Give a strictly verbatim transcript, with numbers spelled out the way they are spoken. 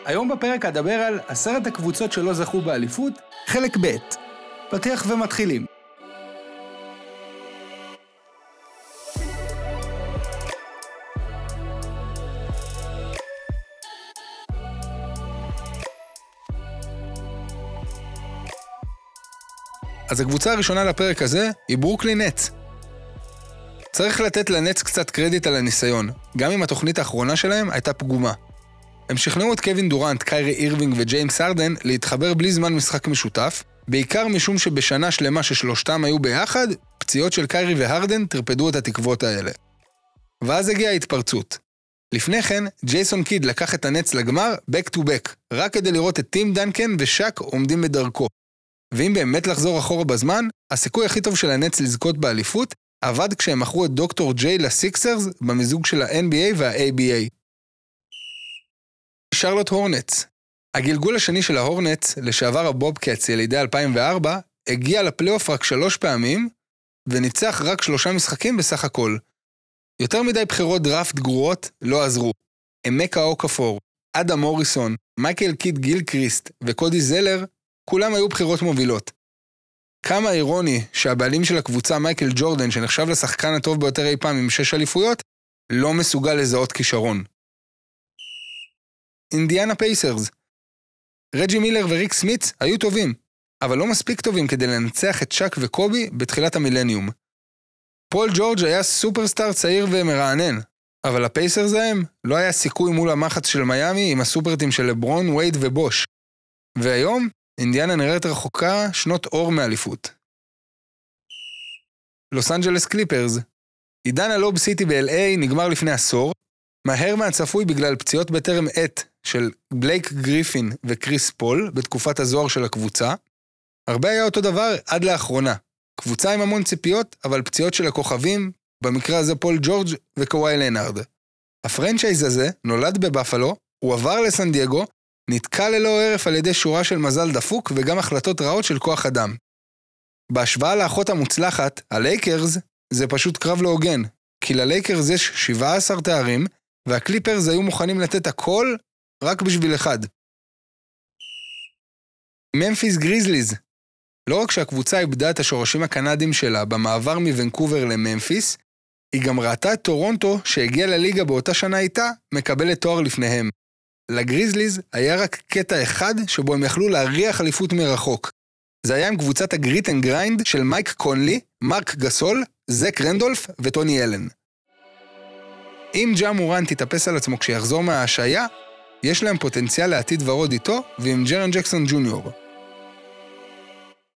היום בפרק אדבר על עשרת הקבוצות שלא זכו באליפות, חלק ב'. פתיח ומתחילים. אז הקבוצה הראשונה לפרק הזה היא ברוקלין נטס. צריך לתת לנטס קצת קרדיט על הניסיון, גם אם התוכנית האחרונה שלהם הייתה פגומה. הם שכנעו את קווין דורנט, קיירי אירווינג וג'יימס הרדן להתחבר בלי זמן משחק משותף, בעיקר משום שבשנה שלמה ששלושתם היו ביחד, פציעות של קיירי והרדן טרפדו את התקוות האלה. ואז הגיעה ההתפרצות. לפני כן, ג'ייסון קיד לקח את הנטס לגמר back to back, רק כדי לראות את טים דנקן ושק עומדים בדרכו. ואם באמת לחזור אחורה בזמן, הסיכוי הכי טוב של הנטס לזכות באליפות עבד כשהם מכרו את דוקטור ג'יי לסיקסרס במיזוג של ה-אן בי איי וה-איי בי איי. שרלוט הורנטס. הגלגול השני של ההורנטס, לשעבר הבובקאטס ילידי אלפיים וארבע, הגיע לפלייאוף רק שלוש פעמים, וניצח רק שלושה משחקים בסך הכל. יותר מדי בחירות דראפט גרועות לא עזרו. אמקה אוקפור, אדם מוריסון, מייקל קיד גילקריסט וקודי זלר, כולם היו בחירות מובילות. כמה אירוני שהבעלים של הקבוצה מייקל ג'ורדן, שנחשב לשחקן הטוב ביותר אי פעם עם שש אליפויות, לא מסוגל לזהות כישרון. אינדיאנה פייסרס. רג'י מילר וריק סמיץ היו טובים, אבל לא מספיק טובים כדי לנצח את שק וקובי בתחילת המילניום. פול ג'ורג' היה סופרסטאר צעיר ומרענן, אבל הפייסרס ההם לא היה סיכוי מול המחץ של מיימי עם הסופרטים של לברון, וייד ובוש. והיום אינדיאנה נראית רחוקה שנות אור מאליפות. לוס אנג'לס קליפרס. עידן הלוב סיטי ב-אל איי נגמר לפני עשור, מהר מהצפוי בגלל פציעות בטרם עת של בלייק גריפין וקריס פול בתקופת הזוהר של הקבוצה. הרבה היה אותו דבר עד לאחרונה. קבוצה עם המון ציפיות, אבל פציעות של הכוכבים, במקרה הזה פול ג'ורג' וקוואי לנארד. הפרנצ'ייז הזה נולד בבאפלו, הוא עבר לסן דייגו, נתקע ללא ערף על ידי שורה של מזל דפוק וגם החלטות רעות של כוח אדם. בהשוואה לאחות המוצלחת, הלייקרס, זה פשוט קרב לא הוגן, כי ללייקרס יש שבעה עשר תארים, והקליפרס היו מוכנים לתת הכל רק בשביל אחד. ממפיס גריזליז. לא רק שהקבוצה איבדה את השורשים הקנדים שלה במעבר מוונקובר לממפיס, היא גם ראתה את טורונטו שהגיעה לליגה באותה שנה איתה, מקבלת תואר לפניהם. לגריזליז היה רק קטע אחד שבו הם יכלו להריח אליפות מרחוק. זה היה עם קבוצת הגריט אנד גריינד של מייק קונלי, מרק גסול, זק רנדולף וטוני אלן. אם ג'ה מורן תתאפס על עצמו כשיחזור מההשעיה, יש להם פוטנציאל לעתיד ורוד איתו ועם ג'רן ג'קסון ג'וניור.